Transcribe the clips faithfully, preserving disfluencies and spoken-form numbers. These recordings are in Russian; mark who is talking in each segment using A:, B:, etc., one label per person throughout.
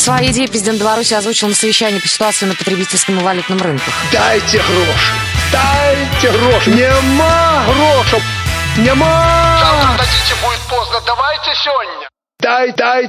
A: Свои идеи президент Беларуси озвучил на совещании по ситуации на потребительском и валютном рынках.
B: Дайте гроши, дайте гроши. Нема грошей, нема.
C: Завтра дадите, будет поздно, давайте сегодня.
B: Дай, дай.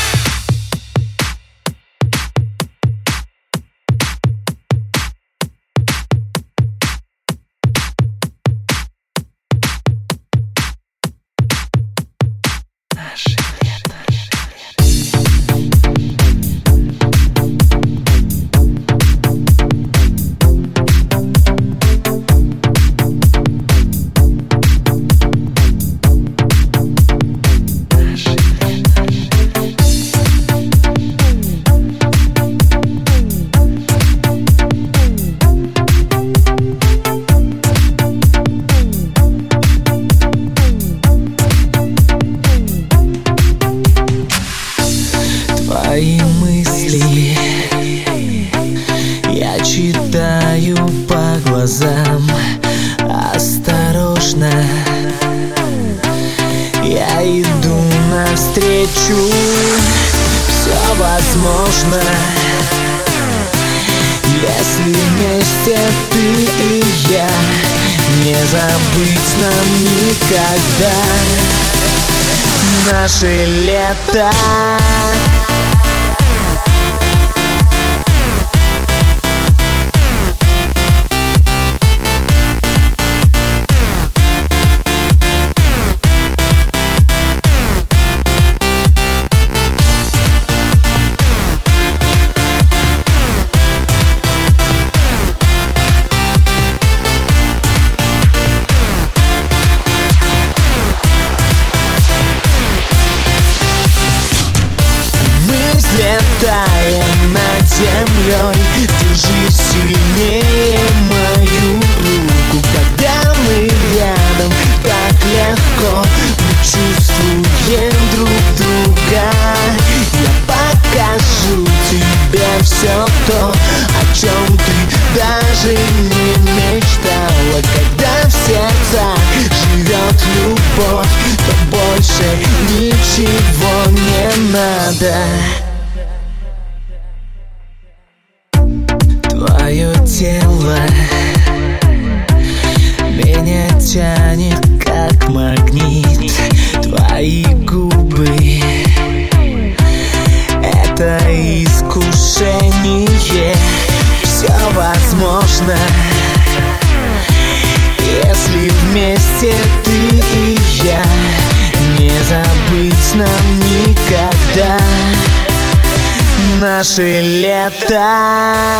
D: Твои мысли я читаю по глазам. Осторожно я иду навстречу. Все возможно, если вместе ты и я. Не забыть нам никогда наше лето. Летаем над землей, держи сильнее мою руку. Когда мы рядом, так легко мы чувствуем друг друга. Я покажу тебе все то, о чем ты даже не мечтала. Когда в сердцах живет любовь, то больше ничего не надо. Твое тело меня тянет как магнит. Твои губы — это искушение. Все возможно, если вместе ты и я. Не забыть нам никогда наше лето.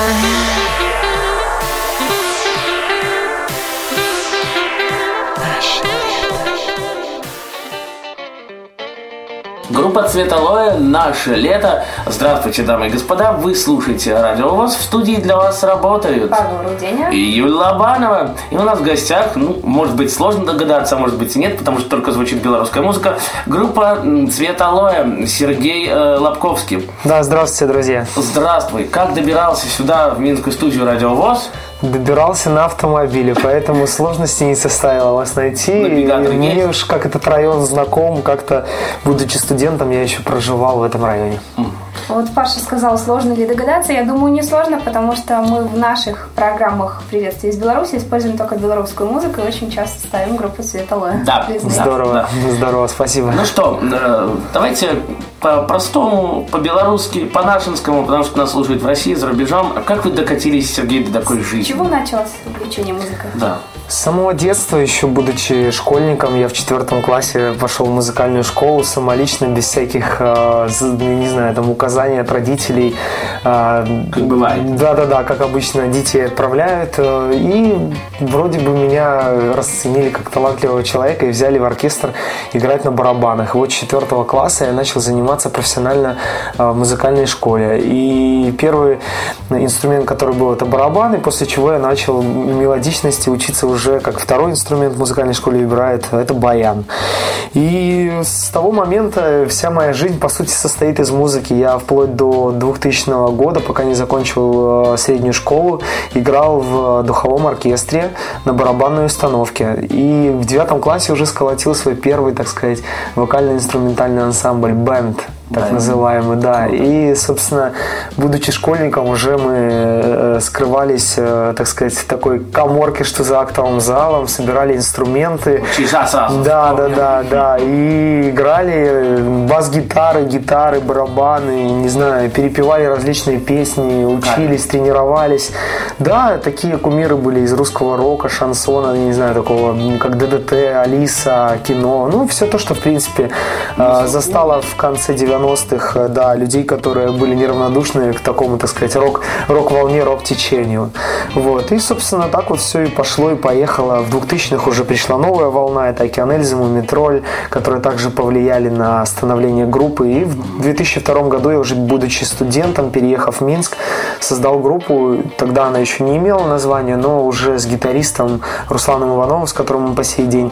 E: Группа «Цвет алоэ», «Наше лето». Здравствуйте, дамы и господа. Вы слушаете Радио ВОС. В студии для вас работают
F: Павел Руденя
E: и Юлия Лобанова. И у нас в гостях, ну, может быть, сложно догадаться, а может быть и нет, потому что только звучит белорусская музыка. Группа «Цвет алоэ», Сергей э, Лобковский.
G: Да, здравствуйте, друзья.
E: Здравствуй. Как добирался сюда, в Минскую студию Радио ВОС?
G: Добирался на автомобиле, поэтому сложности не составило вас найти. Мне уж как этот район знаком, как-то, будучи студентом, я еще проживал в этом районе.
F: Вот Паша сказал, сложно ли догадаться. Я думаю, не сложно, потому что мы в наших программах «Приветствие из Беларуси» используем только белорусскую музыку и очень часто ставим группу «Цвет алоэ».
E: Да,
G: здорово,
E: да.
G: здорово, спасибо.
E: Ну что, давайте по-простому, по-белорусски, по-нашинскому, потому что нас слушают в России, за рубежом. Как вы докатились, Сергей, до такой жизни?
F: С чего началось увлечение музыкой?
E: Да.
G: С самого детства, еще будучи школьником, я в четвертом классе пошел в музыкальную школу самолично, без всяких, не знаю, там указаний от родителей.
E: Как бывает.
G: Да-да-да, как обычно детей отправляют. И вроде бы меня расценили как талантливого человека и взяли в оркестр играть на барабанах. И вот с четвертого класса я начал заниматься профессионально в музыкальной школе. И первый инструмент, который был, это барабаны, после чего я начал мелодичности учиться уже уже как второй инструмент в музыкальной школе играет, это баян. И с того момента вся моя жизнь, по сути, состоит из музыки. Я вплоть до двухтысячного года, пока не закончил среднюю школу, играл в духовом оркестре на барабанной установке. И в девятом классе уже сколотил свой первый, так сказать, вокально-инструментальный ансамбль «Бэнд». так
E: да,
G: называемый, да. И, собственно, будучи школьником, уже мы скрывались, так сказать, в такой каморке, что за актовым залом, собирали инструменты. Да, да, да, да. И играли бас-гитары, гитары, барабаны, не знаю, перепевали различные песни, учились, тренировались. Да, такие кумиры были из русского рока, шансона, не знаю, такого, как ДДТ, Алиса, кино. Ну, все то, что, в принципе, застало в конце девяностых, да, людей, которые были неравнодушны к такому, так сказать, рок, рок-волне, рок-течению. Вот. И, собственно, так вот все и пошло, и поехало. В двухтысячных уже пришла новая волна, это Океан Эльзы, Мумитроль, которые также повлияли на становление группы. И в две тысячи втором году я уже, будучи студентом, переехав в Минск, создал группу. Тогда она еще не имела названия, но уже с гитаристом Русланом Ивановым, с которым мы по сей день,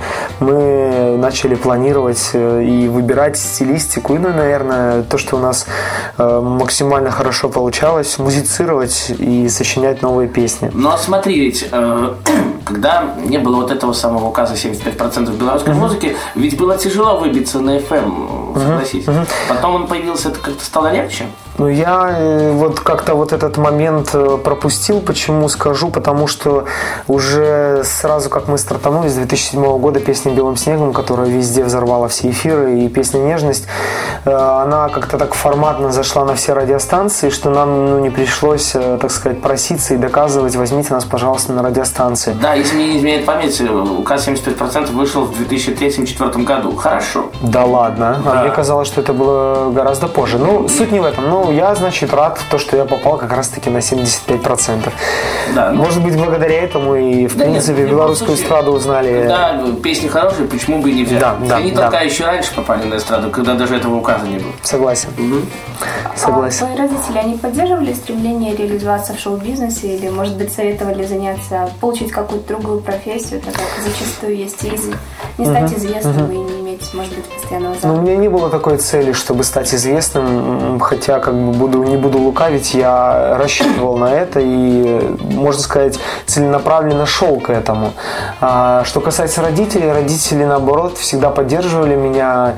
G: мы начали планировать и выбирать стилистику. И, ну, наверное, то, что у нас максимально хорошо получалось, музицировать и сочинять новые песни.
E: Ну, а смотри, ведь э, когда не было вот этого самого указа семьдесят пять процентов белорусской uh-huh. музыки, ведь было тяжело выбиться на эф эм, согласись. Uh-huh. Uh-huh. Потом он появился, это как-то стало легче?
G: Ну, я вот как-то вот этот момент пропустил. Почему скажу? Потому что уже сразу, как мы стартанули с две тысячи седьмого года, песня «Белым снегом», которая везде взорвала все эфиры, и песня «Нежность», она как-то так форматно зашла на все радиостанции, что нам, ну, не пришлось, так сказать, проситься и доказывать: возьмите нас, пожалуйста, на радиостанции.
E: Да, если мне не изменяет память, указ семьдесят пять процентов вышел в две тысячи третьем — две тысячи четвёртом году. Хорошо.
G: Да ладно.
E: Да.
G: А мне казалось, что это было гораздо позже. Ну, суть не в этом. Ну, я, значит, рад, то, что я попал как раз-таки на семьдесят пять процентов.
E: Да, ну,
G: может быть, благодаря этому и, в да принципе, нет, белорусскую эстраду узнали.
E: Да, песни хорошие, почему бы и не взять?
G: Да, да,
E: Они
G: да.
E: только еще раньше попали на эстраду, когда даже этого указа не было.
G: Согласен.
E: Угу.
G: Согласен.
F: А твои родители, они поддерживали стремление реализоваться в шоу-бизнесе или, может быть, советовали заняться, получить какую-то другую профессию, так как зачастую есть риск не стать uh-huh. известным uh-huh. и не иметь, может быть, постоянного заработка?
G: Ну, у меня не было такой цели, чтобы стать известным, хотя, как бы, буду, не буду лукавить, я рассчитывал на это и, можно сказать, целенаправленно шел к этому. А что касается родителей, родители, наоборот, всегда поддерживали меня,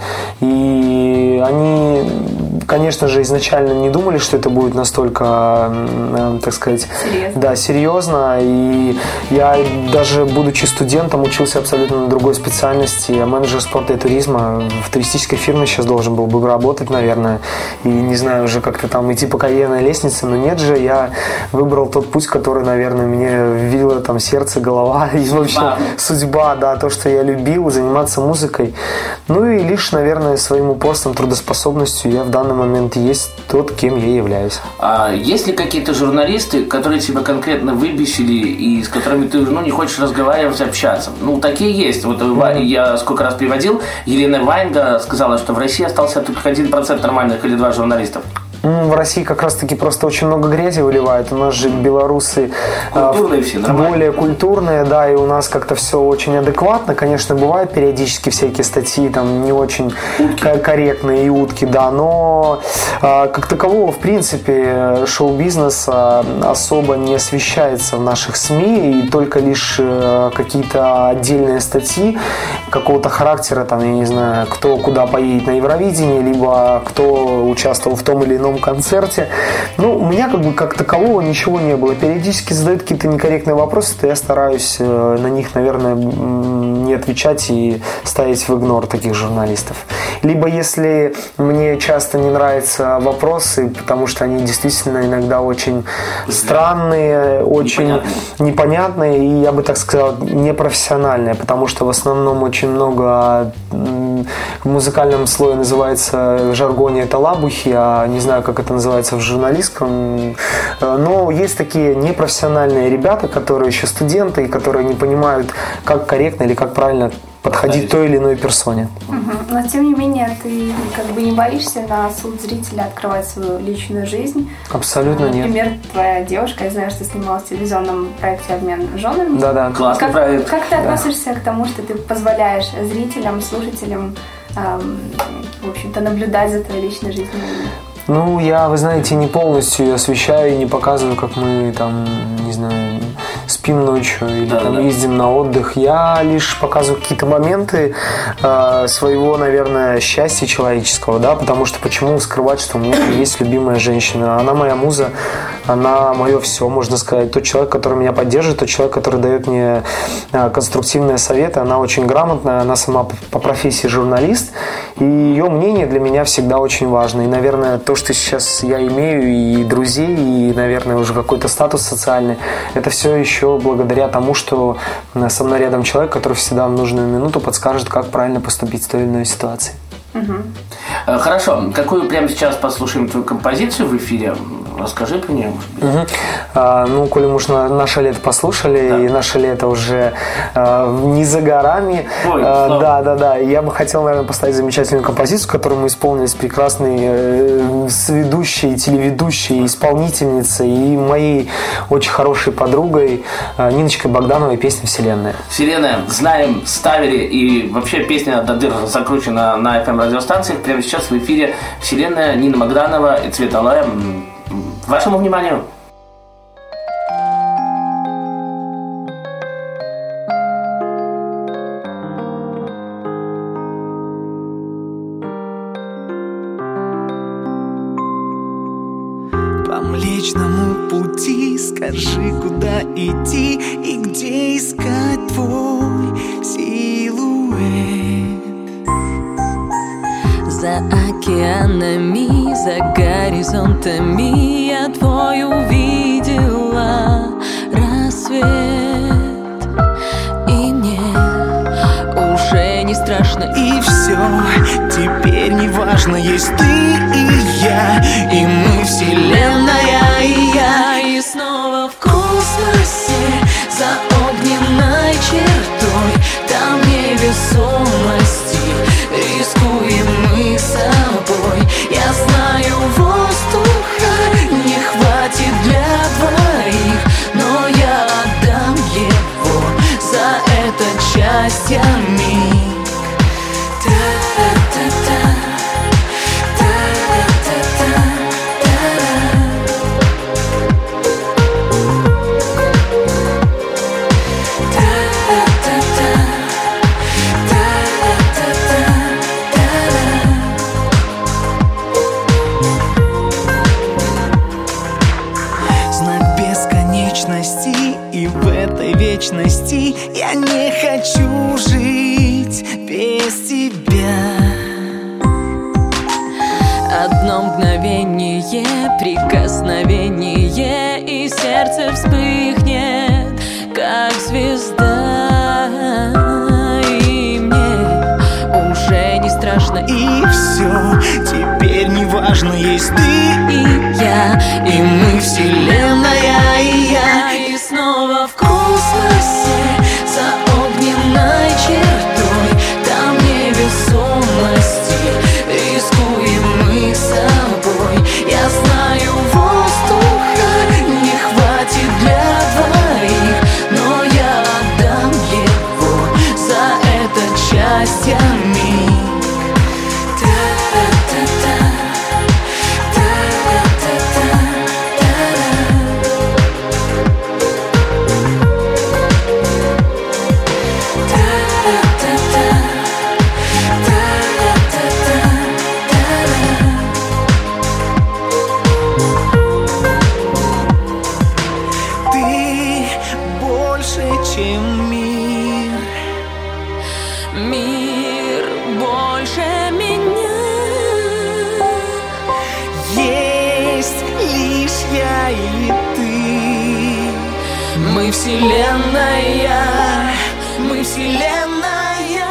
G: и они, конечно же, изначально не думали, что это будет настолько, так сказать,
F: серьезно.
G: Да, серьезно, и я даже, будучи студентом, учился абсолютно на другой специальности. Я менеджер спорта и туризма в туристической фирме сейчас должен был бы работать, наверное, и не знаю, уже как-то там идти по карьерной лестнице, но нет же, я выбрал тот путь, который, наверное, мне ввело там сердце, голова и вообще судьба, да, то, что я любил, заниматься музыкой. Ну и лишь, наверное, своим упорством, трудоспособностью я в данный момент есть тот, кем я являюсь.
E: А есть ли какие-то журналисты, которые тебя конкретно выбесили и с которыми ты, ну, не хочешь разговаривать, общаться? Ну, такие есть. Вот mm-hmm. я сколько раз приводил, Елена Ваенга сказала, что в России остался только один процент нормальных или два журналистов.
G: В России как раз-таки просто очень много грязи выливают. У нас же белорусы
E: культурные все, нормально.
G: Более культурные, да, и у нас как-то все очень адекватно. Конечно, бывают периодически всякие статьи там не очень утки. корректные и утки, да, но как такового, в принципе, шоу-бизнес особо не освещается в наших СМИ, и только лишь какие-то отдельные статьи какого-то характера, там, я не знаю, кто куда поедет на Евровидение, либо кто участвовал в том или ином концерте. Ну, у меня как бы как такового ничего не было. Периодически задают какие-то некорректные вопросы, то я стараюсь на них, наверное, не отвечать и ставить в игнор таких журналистов. Либо если мне часто не нравятся вопросы, потому что они действительно иногда очень странные, очень непонятные, непонятные и, я бы так сказал, непрофессиональные, потому что в основном очень много в музыкальном слое называется в жаргоне это лабухи, а не знаю, как это называется в журналистском, но есть такие непрофессиональные ребята, которые еще студенты и которые не понимают, как корректно или как правильно подходить к той или иной персоне.
F: Угу. Но тем не менее, ты как бы не боишься на суд зрителя открывать свою личную жизнь?
G: Абсолютно нет.
F: Например, твоя девушка, я знаю, что снималась в телевизионном проекте «Обмен женами».
G: Да-да,
E: классный
F: как,
E: проект.
F: Как ты
G: да.
F: относишься к тому, что ты позволяешь зрителям, слушателям, эм, в общем-то, наблюдать за твоей личной жизнью?
G: Ну, я, вы знаете, не полностью ее освещаю и не показываю, как мы там, не знаю, спим ночью или
E: да,
G: там
E: да.
G: ездим на отдых. Я лишь показываю какие-то моменты э, своего, наверное, счастья человеческого, да, потому что почему скрывать, что у меня есть любимая женщина. Она моя муза, она мое все, можно сказать. Тот человек, который меня поддерживает, тот человек, который дает мне э, конструктивные советы. Она очень грамотная, она сама по профессии журналист, и ее мнение для меня всегда очень важно. И, наверное, то, что сейчас я имею и друзей, и, наверное, уже какой-то статус социальный, это все еще благодаря тому, что со мной рядом человек, который всегда в нужную минуту подскажет, как правильно поступить в той или иной ситуации.
E: Угу. Хорошо. Какую прямо сейчас послушаем твою композицию в эфире? Расскажи про нее, может быть.
G: Угу. А, ну, коли мы уж на, наше лето послушали, да. И наше лето уже а, не за горами.
E: Ой,
G: а, да, да, да. Я бы хотел, наверное, поставить замечательную композицию, которую мы исполнили с прекрасной э, сведущей, телеведущей, исполнительницей и моей очень хорошей подругой э, Ниночкой Богдановой, песня «Вселенная».
E: «Вселенная». Знаем, ставили, и вообще песня до дыр закручена на эф эм-радиостанциях. Прямо сейчас в эфире «Вселенная», Нина Богданова и «Цвет алоэ». Вашему вниманию.
D: По Млечному пути скажи, куда идти и где искать твой силуэт. За океанами, за горизонтами я твой увидела рассвет. И мне уже не страшно, и все теперь не важно, есть ты и я, и мы вселенная, и я, и снова в космосе, за огненной чертой, там невесомости, рискуем мы собой. Я знаю, воздуха не хватит для двоих, но я отдам его за этот счастье миг. Та-та-та-та, та-та-та-та, и в этой вечности я не хочу жить без тебя. Одно мгновение, прикосновение, и сердце вспыхнет, как звезда. И мне уже не страшно, и все теперь не важно, есть ты и я, и мы вселенная, и я, и снова в космосе, за огненной чертой, там невесомости, рискуем мы собой. Я знаю, воздуха не хватит для двоих, но я отдам его за этот счастье миг. Мы вселенная, мы вселенная.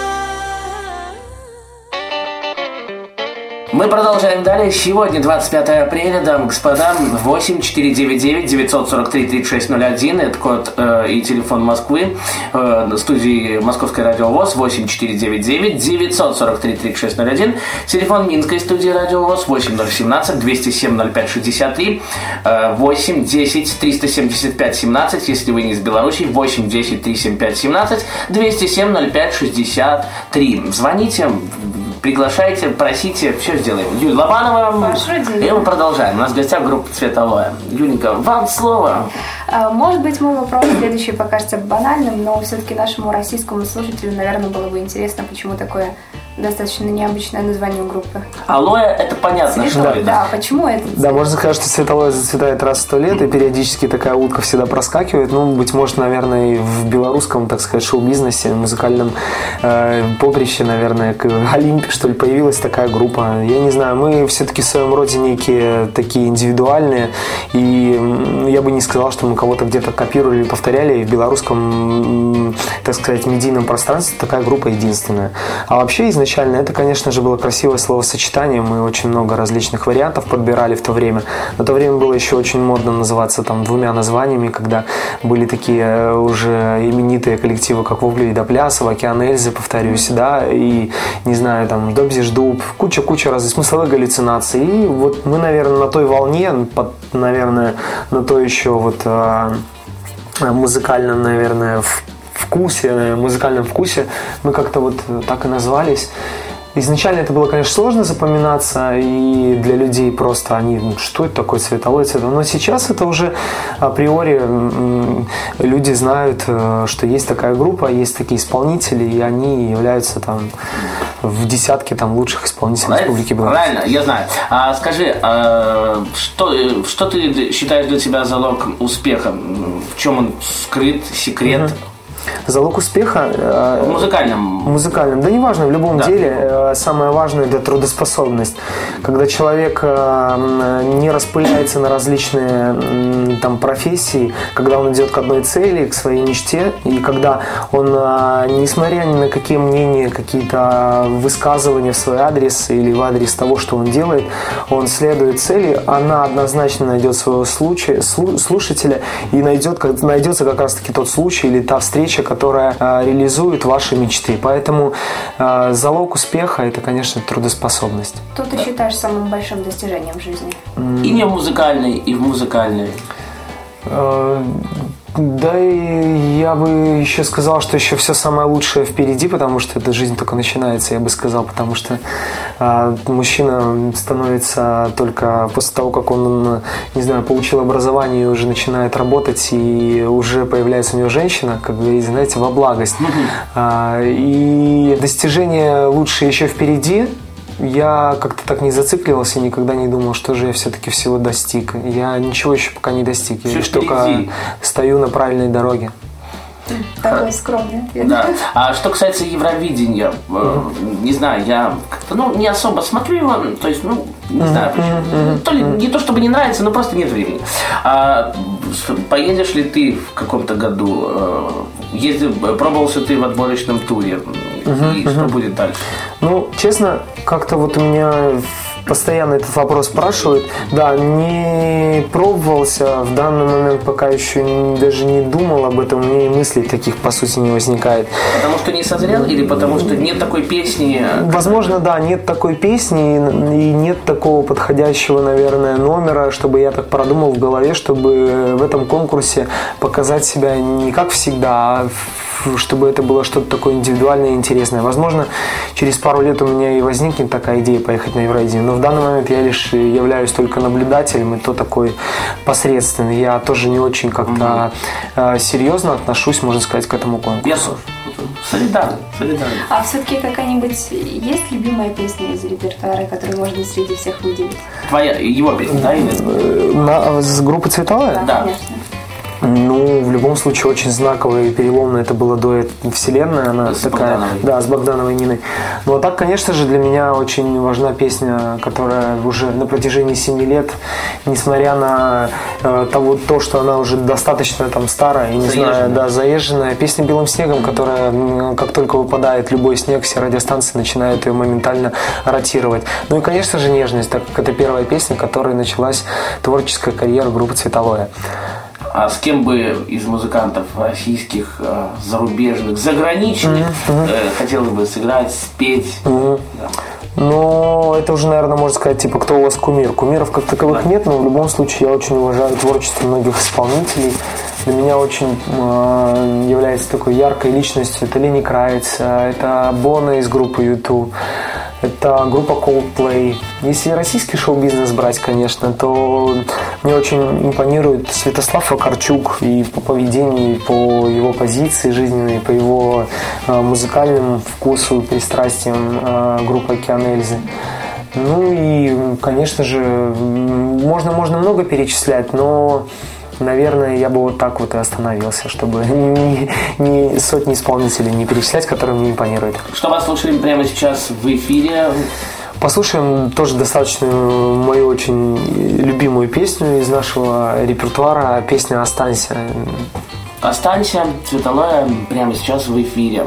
E: Мы продолжаем далее. Сегодня двадцать пятое апреля, дамы и господа, восемь четыре девять девять девятьсот сорок три тридцать шесть ноль один, это код э, и телефон Москвы, э, на студии Московской радио ВОС восемь четыре девять девять девятьсот сорок три тридцать шесть ноль один, телефон Минской студии радио ВОС восемь ноль семнадцать двести семь ноль пять шестьдесят три, э, восемь десять триста семьдесят пять семнадцать, если вы не из Беларуси, восемь десять триста семьдесят пять семнадцать, двести семь ноль пять шестьдесят три. Звоните, приглашайте, просите, все сделаем. Юлия Лобанова, и мы продолжаем. У нас в гостях группа «Цвет алоэ». Юленька, вам слово.
F: Может быть, мой вопрос следующий покажется банальным, но все-таки нашему российскому слушателю, наверное, было бы интересно, почему такое достаточно необычное название у группы.
E: Алоэ – это понятно,
F: Цветок,
E: что это.
F: Да, почему это?
G: Да, можно сказать, что цветовое зацветает раз в сто лет, и периодически такая утка всегда проскакивает. Ну, быть может, наверное, и в белорусском, так сказать, шоу-бизнесе, музыкальном э, поприще, наверное, к Олимпе, что ли, появилась такая группа. Я не знаю, мы все-таки в своем роде некие такие индивидуальные, и я бы не сказал, что мы кого-то где-то копировали или повторяли, и в белорусском, так сказать, медийном пространстве такая группа единственная. А вообще, изначально Изначально это, конечно же, было красивое словосочетание. Мы очень много различных вариантов подбирали в то время. На то время было еще очень модно называться там двумя названиями, когда были такие уже именитые коллективы, как Вогли и Доплясова, Океан Эльзы, повторюсь, да, и, не знаю, там, Добзиш Дуб, куча-куча разных смысловых галлюцинаций. И вот мы, наверное, на той волне, под, наверное, на той еще вот э, музыкальном, наверное, в вкусе, музыкальном вкусе мы как-то вот так и назвались. Изначально это было, конечно, сложно запоминаться, и для людей просто они, ну, что это такое цветовой цвет? Но сейчас это уже априори люди знают, что есть такая группа, есть такие исполнители, и они являются там в десятке там лучших исполнителей Республики Беларусь.
E: Правильно, я знаю. А скажи, а что, что ты считаешь для тебя залог успеха? В чем он скрыт, секрет?
G: Угу. Залог успеха
E: в музыкальном.
G: Музыкальном. Да неважно, в любом да. деле самое важное – это трудоспособность. Когда человек не распыляется на различные там профессии, когда он идет к одной цели, к своей мечте, и когда он, несмотря ни на какие мнения, какие-то высказывания в свой адрес или в адрес того, что он делает, он следует цели, она однозначно найдет своего случая, слушателя, и найдет, найдется как раз-таки тот случай или та встреча, которая э, реализует ваши мечты. Поэтому э, залог успеха – это, конечно, трудоспособность.
F: Что ты считаешь самым большим достижением в жизни?
E: И не в музыкальной, и в музыкальной.
G: Э, да, и я бы еще сказал, что еще все самое лучшее впереди, потому что эта жизнь только начинается, я бы сказал, потому что э, мужчина становится только после того, как он, не знаю, получил образование и уже начинает работать, и уже появляется у него женщина, как говорится, знаете, во благость. Э, и достижения лучшие еще впереди. Я как-то так не зацикливался и никогда не думал, что же я все-таки всего достиг. Я ничего еще пока не достиг. Я лишь только стою на правильной дороге.
F: Такой скромный ответ.
E: Да. А что касается Евровидения, mm-hmm. не знаю, я как-то ну, не особо смотрю его, то есть, ну, не mm-hmm. знаю, mm-hmm. то ли не то чтобы не нравится, но просто нет времени. А поедешь ли ты в каком-то году? Ездил, пробовался ты в отборочном туре? Mm-hmm. И mm-hmm. что будет дальше?
G: Ну, честно, как-то вот у меня постоянно этот вопрос спрашивают. Да, не пробовался, в данный момент пока еще даже не думал об этом, у меня и мыслей таких, по сути, не возникает.
E: Потому что не созрел или потому что нет такой песни?
G: Возможно, да, нет такой песни и нет такого подходящего, наверное, номера, чтобы я так продумал в голове, чтобы в этом конкурсе показать себя не как всегда, а чтобы это было что-то такое индивидуальное и интересное. Возможно, через пару лет у меня и возникнет такая идея поехать на Евровидение, но в данный момент я лишь являюсь только наблюдателем, и то такой посредственный. Я тоже не очень как-то mm-hmm. серьезно отношусь, можно сказать, к этому конкурсу. Я тоже.
E: Солидарный, солидарный.
F: А все-таки какая-нибудь есть любимая песня из репертуара, которую можно среди всех выделить?
E: Твоя, его песня, да? Или?
G: На, с группы «Цветовая»?
F: Да,
E: да,
F: конечно.
G: Ну, в любом случае, очень знаковая и переломная это была дуэт «Вселенная». Она
E: с
G: такая,
E: Богдановой.
G: Да, с Богдановой Ниной. Ну, а так, конечно же, для меня очень важна песня, которая уже на протяжении семи лет, несмотря на э, того, то, что она уже достаточно там старая, и не заезженная. знаю, да, заезженная, песня «Белым снегом», которая, как только выпадает любой снег, все радиостанции начинают ее моментально ротировать. Ну и, конечно же, «Нежность», так как это первая песня, которой началась творческая карьера группы «Цветовая».
E: А с кем бы из музыкантов российских, зарубежных, заграничных mm-hmm. э, хотелось бы сыграть, спеть? Mm-hmm. Да.
G: Ну, это уже, наверное, можно сказать, типа, кто у вас кумир. Кумиров как таковых да. нет, но в любом случае я очень уважаю творчество многих исполнителей. Для меня очень э, является такой яркой личностью. Это Лени Кравиц, это Боно из группы юту. это группа Coldplay. Если российский шоу-бизнес брать, конечно, то мне очень импонирует Святослав Вакарчук и по поведению, и по его позиции жизненной, по его э, музыкальному вкусу и пристрастиям э, группы «Океан Эльзы». Ну и, конечно же, можно, можно много перечислять, но, наверное, я бы вот так вот и остановился, чтобы не, не сотни исполнителей не перечислять, которые мне импонируют.
E: Что послушаем прямо сейчас в эфире?
G: Послушаем тоже достаточно мою очень любимую песню из нашего репертуара, песня «Останься».
E: «Останься», Цветолоя, прямо сейчас в эфире.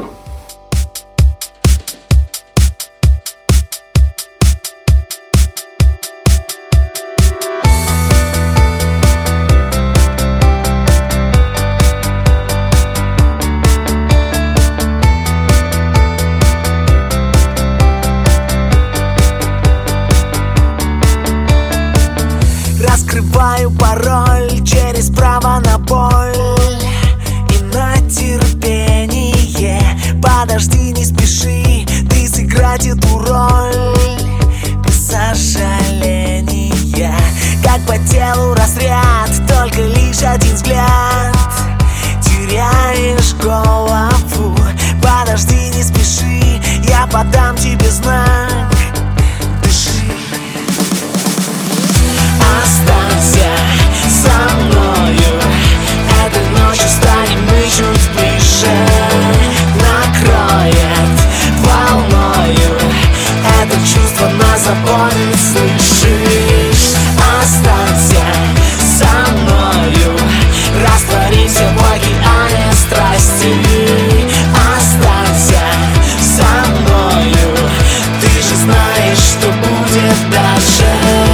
D: Раскрываю пароль через право на боль и на терпение. Подожди, не спеши, ты сыграть эту роль без сожаления. Как по телу разряд, только лишь один взгляд, теряешь голову. Подожди, не спеши, я подам тебе знак. Останься со мною, этой ночью станем мы чуть ближе. Накроет волною, это чувство нас заполнит, слышишь? Останься со мною, растворимся в океане страсти. Останься со мною, ты же знаешь, что будет дальше.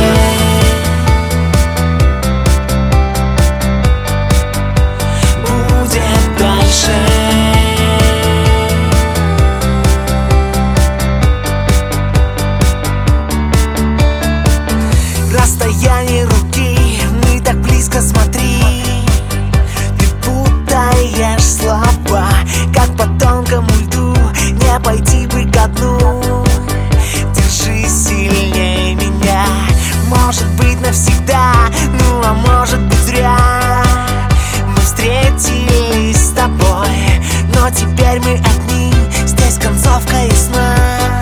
D: Расстояние руки, мы так близко, смотри. Ты путаешь слова, как по тонкому льду, не пойти бы ко дну. Держи сильнее меня, может быть навсегда, ну а может быть зря. Мы встретились с тобой, но теперь мы одни, здесь концовка ясна.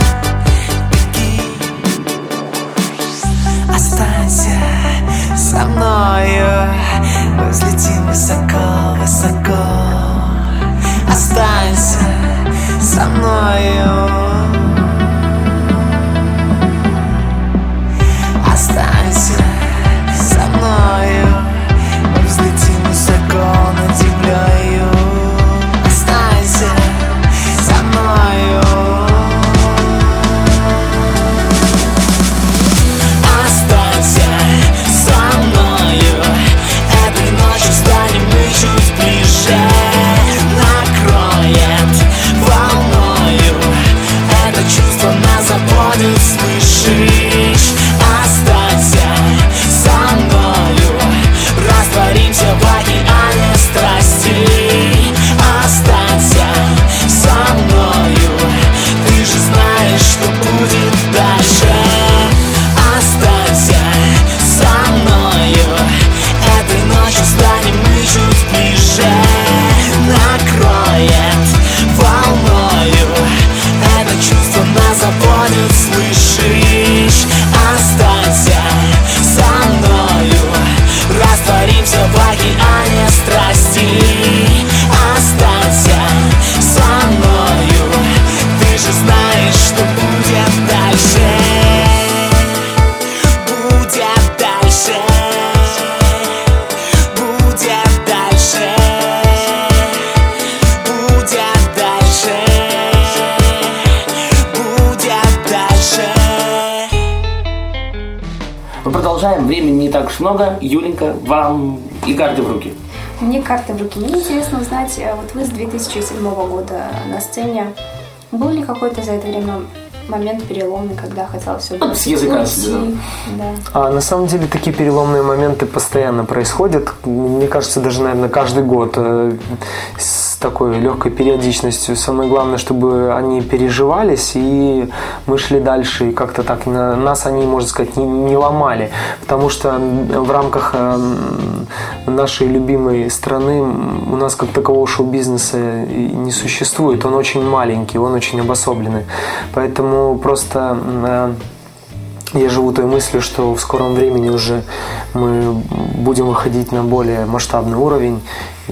D: Останься со мною, мы взлетим высоко, высоко. Останься со мною. Останься со мною, мы взлетим высоко над землею. Останься со мною. Останься со мною, этой ночью станем мы чуть ближе. Накроет волною, это чувство нас заполнит, слышишь? Останься со мною, растворимся в океане страсти. Останься со мною, ты же знаешь, что будет дальше. Останься со мною, этой ночью станем мы чуть ближе. Накроет волною, это чувство нас заполнит, слышишь? Останься со мною, растворимся в океане страсти. Останься со мною, ты же знаешь, что будет дальше. Будет дальше, будет дальше, будет дальше, будет дальше.
E: Мы продолжаем, времени не так уж много. Юленька, вам и карты в руки.
F: Мне карты в руки. Мне интересно узнать, вот вы с две тысячи седьмого года на сцене. Был ли какой-то за это время момент переломный, когда хотел все
E: Вот с языка
F: уйти. Да.
G: А на самом деле такие переломные моменты постоянно происходят. Мне кажется, даже, наверное, каждый год э, с такой легкой периодичностью. Самое главное, чтобы они переживались, и мы шли дальше, и как-то так на, нас они, можно сказать, не, не ломали. Потому что в рамках э, нашей любимой страны у нас как такового шоу-бизнеса не существует. Он очень маленький, он очень обособленный. Поэтому просто э, я живу той мыслью, что в скором времени уже мы будем выходить на более масштабный уровень.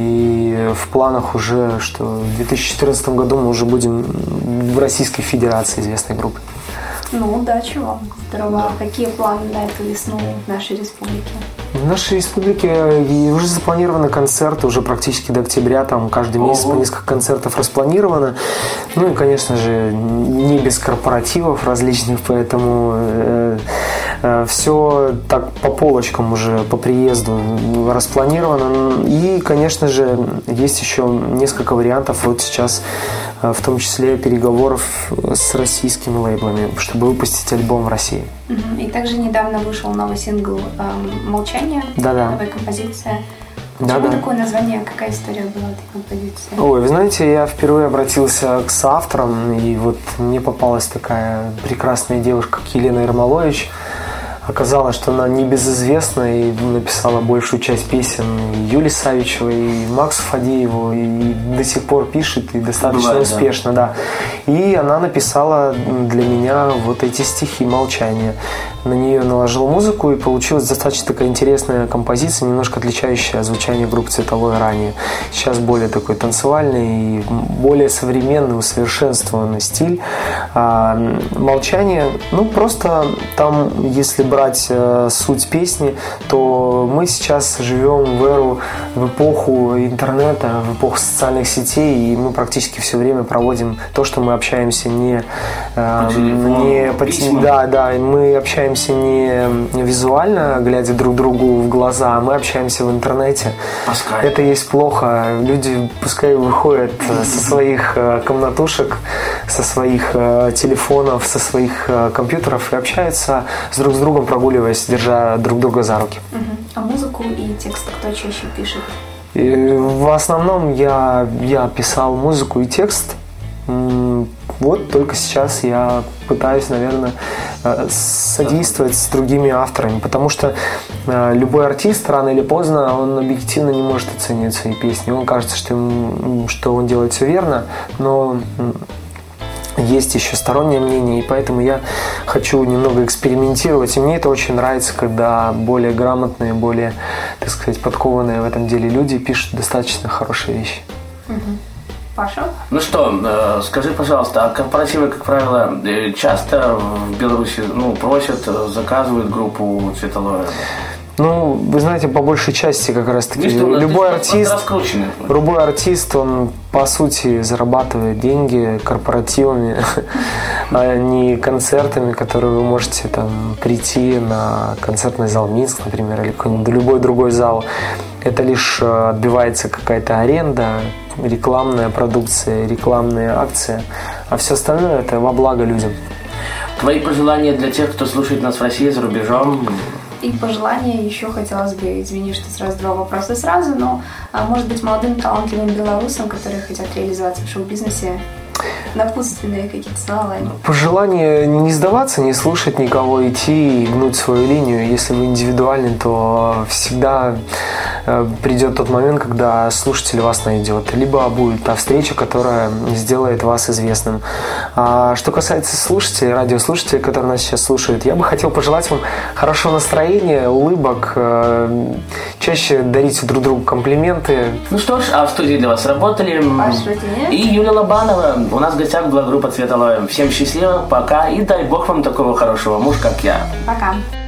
G: И в планах уже, что в две тысячи четырнадцатом году мы уже будем в Российской Федерации известной группой.
F: Ну, удачи вам. Здорово. А какие планы на эту весну в нашей республике?
G: В нашей республике уже запланированы концерты, уже практически до октября, там каждый месяц по несколько концертов распланировано. Ну и, конечно же, не без корпоративов различных, поэтому э, э, все так по полочкам уже по приезду распланировано. И, конечно же, есть еще несколько вариантов, вот сейчас э, в том числе переговоров с российскими лейблами, чтобы выпустить альбом в России.
F: И также недавно вышел новый сингл эм, «Молчание»,
G: Да-да.
F: новая композиция.
G: Да,
F: Почему
G: да.
F: такое название? Какая история была этой композиции?
G: Ой, вы знаете, я впервые обратился к соавторам, и вот мне попалась такая прекрасная девушка, как Елена Ермолович. Оказалось, что она небезызвестна и написала большую часть песен Юлии Савичевой, и Максу Фадееву, и до сих пор пишет, и достаточно
E: Бывает,
G: успешно, да. да. И она написала для меня вот эти стихи «Молчание». На нее наложил музыку, и получилась достаточно такая интересная композиция, немножко отличающая от звучания группы «Цветовое» ранее. Сейчас более такой танцевальный и более современный, усовершенствованный стиль. А «Молчание», ну просто там, если брать брать э, суть песни, то мы сейчас живем в эру, в эпоху интернета, в эпоху социальных сетей, и мы практически все время проводим то, что мы общаемся не, э,
E: по телефону,
G: не по
E: письма.
G: да, да, мы общаемся не визуально, глядя друг другу в глаза, а мы общаемся в интернете.
E: Пускай.
G: Это есть плохо. Люди пускай выходят со своих э, комнатушек, со своих э, телефонов, со своих э, компьютеров и общаются с друг с другом, прогуливаясь, держа друг друга за руки.
F: Угу. А музыку и текст кто чаще пишет?
G: И в основном я, я писал музыку и текст. Вот только сейчас я пытаюсь, наверное, содействовать с другими авторами, потому что любой артист рано или поздно, он объективно не может оценить свои песни. Он кажется, что, ему, что он делает все верно, но есть еще стороннее мнение, и поэтому я хочу немного экспериментировать. И мне это очень нравится, когда более грамотные, более, так сказать, подкованные в этом деле люди пишут достаточно хорошие вещи.
F: Угу. Паша?
E: Ну что, э, скажи, пожалуйста, а корпоративы, как правило, э, часто в Беларуси ну, просят, заказывают группу «Цветовое»?
G: Ну, вы знаете, по большей части как раз-таки
E: Видишь,
G: любой артист,
E: раскрученный.
G: любой артист, он по сути зарабатывает деньги корпоративами, а не концертами, которые вы можете там прийти на концертный зал Минск, например, или какой-нибудь любой другой зал. Это лишь отбивается какая-то аренда, рекламная продукция, рекламные акции, а все остальное это во благо людям.
E: Твои пожелания для тех, кто слушает нас в России, за рубежом?
F: И пожелания еще хотелось бы, извини, что сразу два вопроса сразу, но, а, может быть, молодым талантливым белорусам, которые хотят реализоваться в шоу-бизнесе, напутственные какие-то слова?
G: Пожелание не сдаваться, не слушать никого, идти и гнуть свою линию. Если вы индивидуальны, то всегда придет тот момент, когда слушатель вас найдет. Либо будет та встреча, которая сделает вас известным. А что касается слушателей, радиослушателей, которые нас сейчас слушают, я бы хотел пожелать вам хорошего настроения, улыбок, чаще дарить друг другу комплименты.
E: Ну что ж, а в студии для вас работали
F: Паша,
E: и Юлия Лобанова. У нас в гостях была группа «Цветовое». Всем счастливо, пока и дай бог вам такого хорошего мужа, как я.
F: Пока.